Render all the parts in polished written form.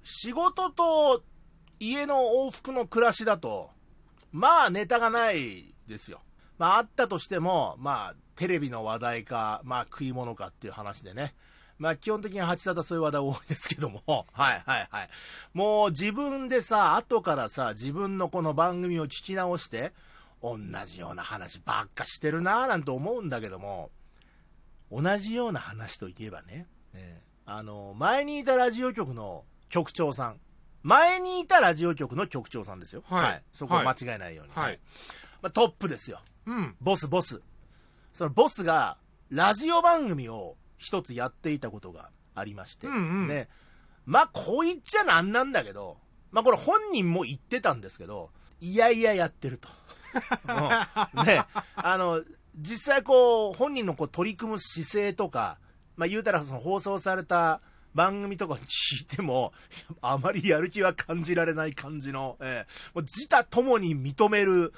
仕事と家の往復の暮らしだと、まあネタがないですよ。まああったとしても、まあテレビの話題か、まあ食い物かっていう話でね。まあ基本的に八田そういう話題多いですけども、はいはいはい。もう自分でさ、後からさ、自分のこの番組を聞き直して、同じような話ばっかしてるなぁなんて思うんだけども、同じような話といえばね、前にいたラジオ局の局長さん、前にいたラジオ局の局長さんですよ。 はい。 はい、そこを間違えないように。 はい。 まあ、トップですよ。 うん。 ボス。そのボスが、ラジオ番組を一つやっていたことがありまして。 うんうん。 ね。まあ、こう言っちゃなんなんだけど、まあ、これ本人も言ってたんですけど、いやいややってると。ね、実際こう、本人のこう取り組む姿勢とか、まあ言うたらその放送された番組とかに聞いても、あまりやる気は感じられない感じの、もう自他ともに認める、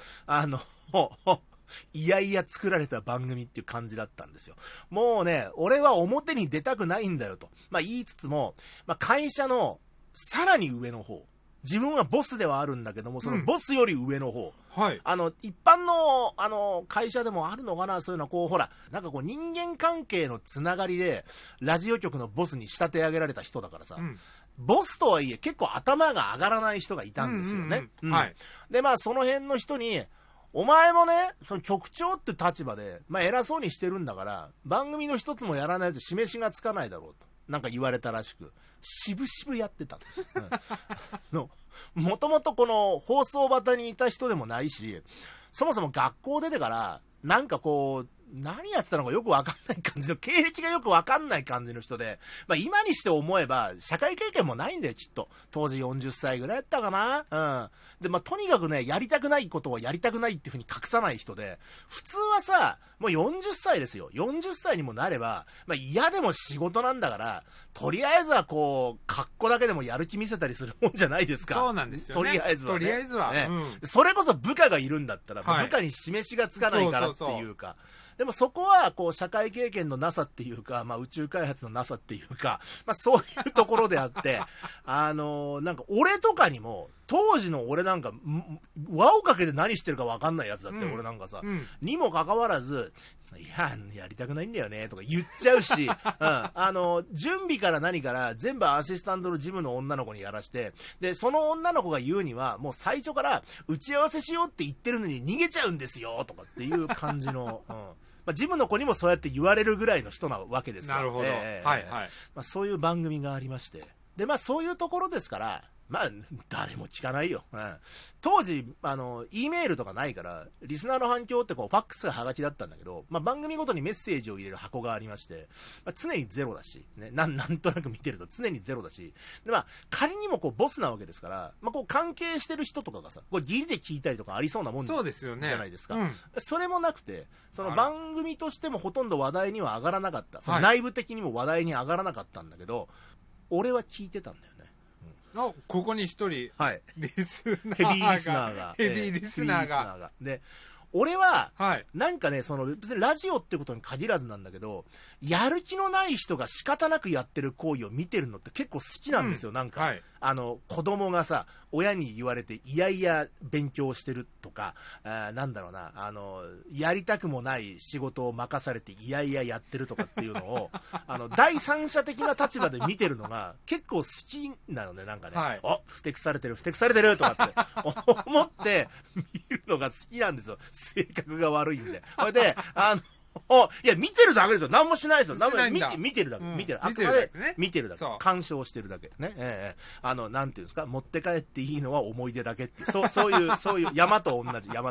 いやいや作られた番組っていう感じだったんですよ。もうね、俺は表に出たくないんだよと。まあ言いつつも、まあ会社のさらに上の方、自分はボスではあるんだけども、そのボスより上の方、 はい。 一般の、会社でもあるのかな、そういうのは、こう、ほら、なんかこう、人間関係のつながりで、ラジオ局のボスに仕立て上げられた人だからさ、 うん。 ボスとはいえ、結構頭が上がらない人がいたんですよね。 はい。 で、まあ、その辺の人に、お前もね、その局長って立場で、まあ、偉そうにしてるんだから、番組の一つもやらないと示しがつかないだろうと。なんか言われたらしく、渋々やってたんです。もともとこの放送旗にいた人でもないし、そもそも学校出てから、なんかこう、何やってたのかよくわかんない感じの、経歴がよくわかんない感じの人で、まあ今にして思えば、社会経験もないんだよ、きっと。当時40歳ぐらいやったかな。うん。で、まあとにかくね、やりたくないことをやりたくないっていうふうに隠さない人で、普通はさ、もう40歳ですよ。40歳にもなれば、まあ嫌でも仕事なんだから、とりあえずはこう、格好だけでもやる気見せたりするもんじゃないですか。 そうなんですよね。 とりあえずは、ね。 とりあえずは。 ね、 うん。 それこそ部下がいるんだったら、 はい、 部下に示しがつかないからっていうか、でもそこはこう社会経験のなさっていうか、まあ、宇宙開発のなさっていうか、まあ、そういうところであってなんか俺とかにも当時の俺なんか輪をかけて何してるか分かんないやつだって、俺なんかさ、にもかかわらず、いややりたくないんだよねとか言っちゃうし、準備から何から全部アシスタントのジムの女の子にやらして、でその女の子が言うにはもう最初から打ち合わせしようって言ってるのに逃げちゃうんですよとかっていう感じの、まあ、ジムの子にもそうやって言われるぐらいの人なわけですよ。 なるほど。はいはい。 まあ、そういう番組がありまして。で、まあそういうところですから、まあ誰も聞かないよ。当時、E メールとかないから、リスナーの反響ってこう、ファックスがハガキだったんだけど、まあ番組ごとにメッセージを入れる箱がありまして、まあ、常にゼロだし、ね、なんとなく見てると常にゼロだし、でまあ仮にもこう、ボスなわけですから、まあこう、関係してる人とかがさ、こう、ギリで聞いたりとかありそうなもんじゃないですか。それもなくて、その番組としてもほとんど話題には上がらなかった。その内部的にも話題に上がらなかったんだけど、俺は聞いてたんだよね。 ここに一人、 はい、 リスナーが。 ヘビーリスナーが。 ヘビーリスナーが。 で、俺は、 はい、 なんかね、別にラジオってことに限らずなんだけど、やる気のない人が仕方なくやってる行為を見てるのって結構好きなんですよ、なんか。はい、子供がさ、親に言われて、いやいや勉強してるとか、なんだろうな、やりたくもない仕事を任されて、いやいややってるとかっていうのを、第三者的な立場で見てるのが結構好きなのね、なんかね。はい、ふてくされてるとかって思って見るのが好きなんですよ。性格が悪いんで。それで、いや、見てるだけですよ。何もしないですよ。見てるだけ。見てる。あくまで見てるだけ。鑑賞してるだけ。ね。なんていうんですか、持って帰っていいのは思い出だけっていう。そういう、山と同じ。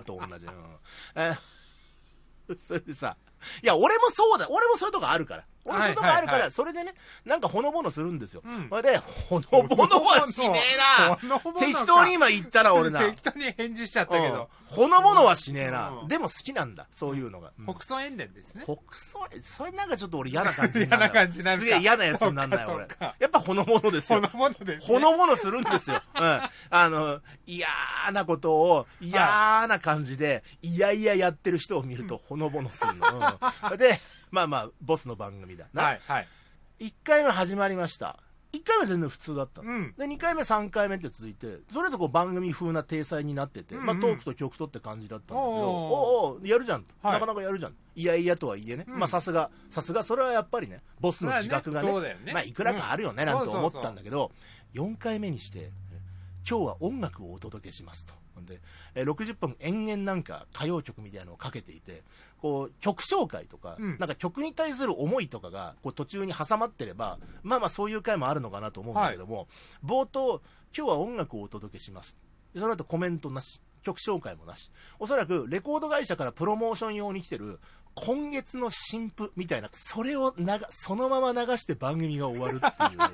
それでさ、いや、俺もそういうとこあるから。俺そういうとこあるから、それでね、なんかほのぼのするんですよ。それで、ほのぼのはしねえな。適当に今言ったら俺な。 適当に返事しちゃったけど。 ほのぼのはしねえな。でも好きなんだ、そういうのが。 北総塩田ですね。 それなんかちょっと俺嫌な感じになる。嫌な感じなんすげえ嫌なやつになんだよ、俺。やっぱほのぼのですよ。 ほのぼのです。 ほのぼのするんですよ。嫌なことを、嫌な感じで、いやいややってる人を見るとほのぼのするの。で、まあまあ、ボスの番組だな。1回目始まりました。 1回目は全然普通だったの、 うん。 で2回目3回目って続いて、それぞれこう番組風な体裁になってて、 うんうんまあ、トークと曲とって感じだったんだけど、 おやるじゃん、 はいなかなかやるじゃん、いやいやとはいえね、 うんまあさすがそれはやっぱりね、ボスの自覚がね、 そうだよね。 まあいくらかあるよね、 うんなんて思ったんだけど、4回目にして今日は音楽をお届けしますと。で60分延々なんか歌謡曲みたいなのをかけていて、こう曲紹介とか、 うんなんか曲に対する思いとかがこう途中に挟まってれば、まあまあそういう回もあるのかなと思うんだけども、冒頭今日は音楽をお届けします、でその後コメントなし、曲紹介もなし、おそらくレコード会社からプロモーション用に来てる今月の新譜みたいな、それをそのまま流して番組が終わるっていう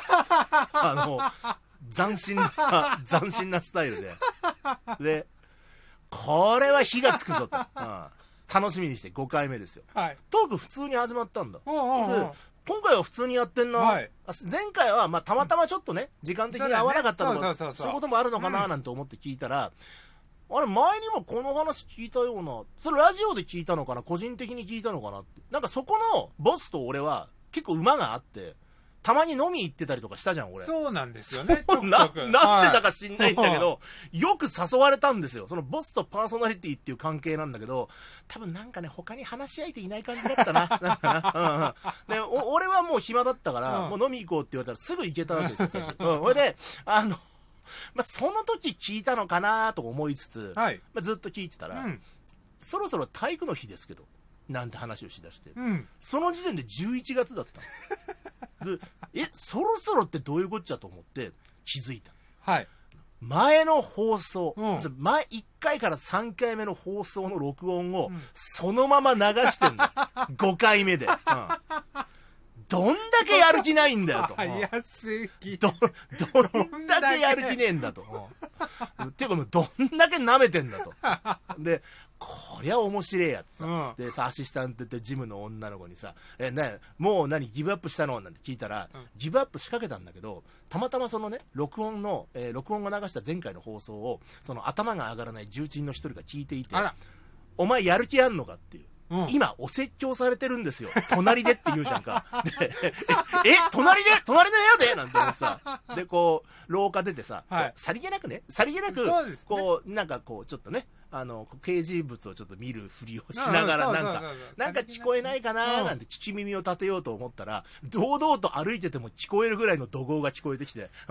斬新なスタイルで、これは火がつくぞと、楽しみにして5回目ですよ。 はい。 トーク普通に始まったんだ。 うんうんうん。 で今回は普通にやってんな、 はい前回はまあたまたまちょっとね、時間的に合わなかったとか、 そうそういうこともあるのかななんて思って聞いたら、あれ前にもこの話聞いたような、それラジオで聞いたのかな、個人的に聞いたのかなって、なんかそこのボスと俺は結構馬があって、たまに飲み行ってたりとかしたじゃん俺。 そうなんですよね。ちょくちなんょくでだか知んないんだけど、よく誘われたんですよ。そのボスとパーソナリティっていう関係なんだけど、多分なんかね、他に話し相手いない感じだったな。なんかな。で、俺はもう暇だったから、もう飲み行こうって言われたらすぐ行けたわけですよ。それで、まあ、その時聞いたのかなと思いつつ、 はい。 まあ、ずっと聞いてたら、そろそろ体育の日ですけど、なんて話をしだして、 うん。 その時点で11月だったの。で、そろそろってどういうこっちゃと思って気づいた。 はい。 前の放送、 うん 1回から3回目の放送の録音をうんそのまま流してんだ。5回目で。どんだけやる気ないんだよと。 早すぎ。 どんだけやる気ねえんだと。っていうかもうどんだけ舐めてんだと。で、こりゃ面白いやつさ、でさ、アシスタントってジムの女の子にさ、もうギブアップしたのなんて聞いたら、ギブアップ仕掛けたんだけど、たまたまそのね、録音を流した前回の放送を、その頭が上がらない重鎮の一人が聞いていて、お前やる気あんのかっていう。今お説教されてるんですよ、隣でって言うじゃんか。で隣の部屋でなんて思ってさ、でこう廊下出てさ、さりげなくこうなんかこうちょっとね、掲示物をちょっと見るふりをしながら、なんか聞こえないかななんて聞き耳を立てようと思ったら、堂々と歩いてても聞こえるぐらいの怒号が聞こえてきて、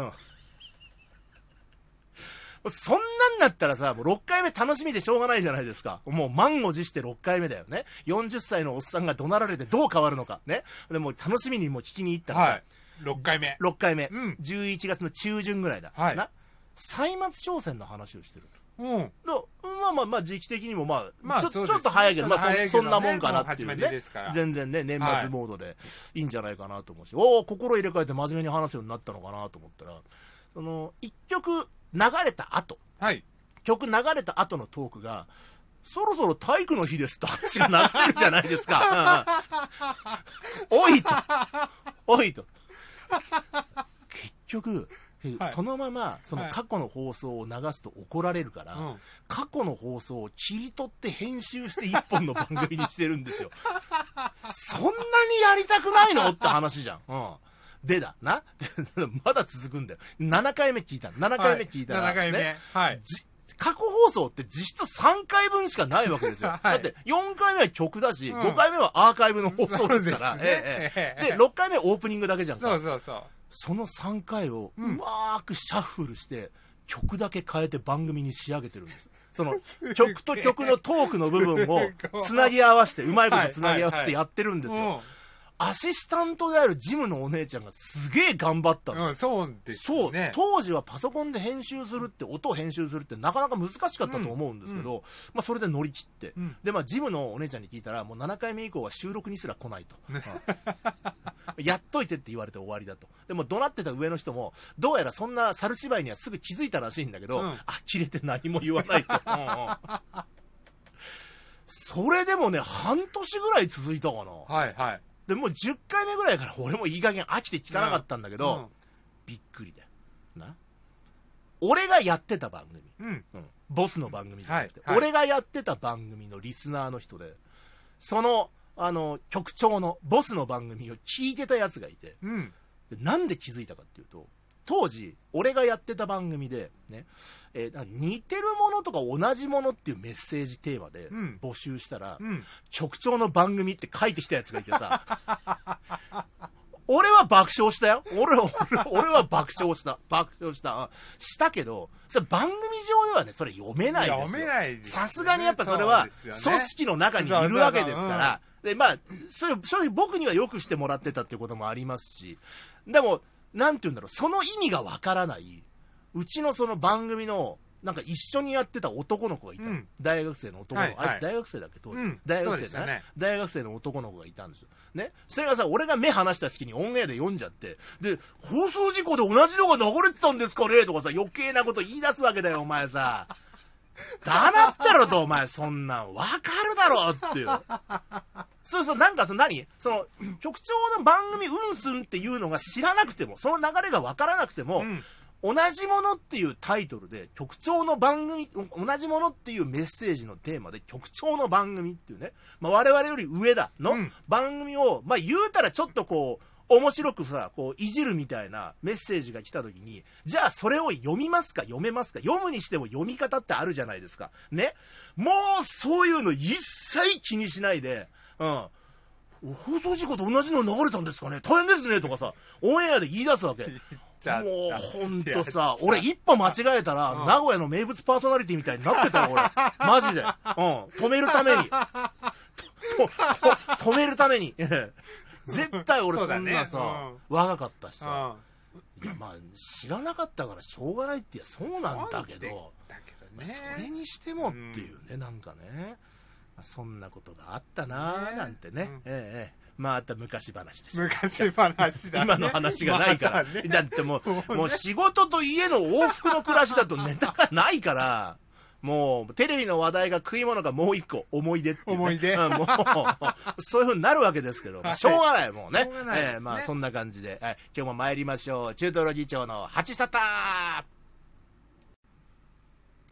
そんなんだったらさ、もう6回目楽しみでしょうがないじゃないですか。もう満を持して6回目だよね。40歳のおっさんが怒鳴られてどう変わるのかね。でもう楽しみにもう聞きに行ったらさ、 6回目。 11月の中旬ぐらいだ。な歳末商戦の話をしてる。まあ時期的にもちょっと早いけど、そんなもんかなっていうね。全然ね、年末モードでいいんじゃないかなと思うし、心入れ替えて真面目に話すようになったのかなと思ったら、その1曲流れた後、曲流れた後のトークが、そろそろ体育の日ですと話が流れるじゃないですか。おいと。結局、そのままその過去の放送を流すと怒られるから、過去の放送を切り取って編集して1本の番組にしてるんですよ。そんなにやりたくないのって話じゃん。でだなまだ続くんだよ。7回目聞いたら、 7回目、 過去放送って実質3回分しかないわけですよ。だって4回目は曲だし、5回目はアーカイブの放送ですから、で6回目はオープニングだけじゃんか。その3回をうまくシャッフルして曲だけ変えて番組に仕上げてるんです。その曲と曲のトークの部分をつなぎ合わせて、うまいことつなぎ合わせてやってるんですよ。アシスタントであるジムのお姉ちゃんがすげえ頑張ったの。 そうですね。 当時はパソコンで編集するって、音を編集するってなかなか難しかったと思うんですけど、それで乗り切って、でジムのお姉ちゃんに聞いたら、もう7回目以降は収録にすら来ないと。やっといてって言われて終わりだと。でも怒鳴ってた上の人もどうやらそんな猿芝居にはすぐ気づいたらしいんだけど、呆れて何も言わないと。それでもね、半年ぐらい続いたかな。でもう10回目ぐらいから俺もいい加減飽きて聞かなかったんだけど、びっくりだよな。俺がやってた番組、ボスの番組じゃなくて、俺がやってた番組のリスナーの人で、その局長のボスの番組を聞いてたやつがいて、 でなんで気づいたかっていうと、当時俺がやってた番組でね、似てるものとか同じものっていうメッセージテーマで募集したら、局長の番組って書いてきたやつがいてさ俺は爆笑したよ。俺は爆笑した。したけど、それ番組上ではね、それ読めないですよ。 読めないですよね。 さすがにやっぱそれは、組織の中にいるわけですから。で、まあ、それ、正直僕にはよくしてもらってたっていうこともありますし、でも、なんて言うんだろう、その意味がわからない、うちのその番組の、なんか一緒にやってた男の子がいた、大学生の男の子、あいつ大学生だっけ当時、大学生だね、大学生の男の子がいたんですよね。それがさ、俺が目離した隙にオンエアで読んじゃって、で、放送事故で同じのが流れてたんですかねとかさ、余計なこと言い出すわけだよお前さ。黙ってろとお前、そんなんわかるだろっていう。そうなんかその局長の番組うんすんっていうのが知らなくても、その流れがわからなくても、同じものっていうタイトルで局長の番組、同じものっていうメッセージのテーマで局長の番組っていうね、まあ、我々より上だの番組を、まあ、言うたらちょっとこう面白くさ、こういじるみたいなメッセージが来た時に、じゃあそれを読みますか読めますか、読むにしても読み方ってあるじゃないですかね。もうそういうの一切気にしないで、放送事故と同じの流れたんですかね、大変ですねとかさ、オンエアで言い出すわけ。もうほんとさ、俺一歩間違えたら、名古屋の名物パーソナリティみたいになってたよ俺。マジで。止めるために。止めるために。絶対俺そんなさ、若かったしさ。いやまあ知らなかったからしょうがないって、いやそうなんだけど、それにしてもっていうね、なんかね、そんなことがあったなーなんてね。まあ、昔話です。 昔話だね。 今の話がないから。だってもう仕事と家の往復の暮らしだとネタがないから、もうテレビの話題が食い物がもう一個思い出っていう、ね。 思い出。 もう、そういう風になるわけですけど、しょうがないもうね。まあそんな感じで、今日も参りましょう。中トロ議長の八沙汰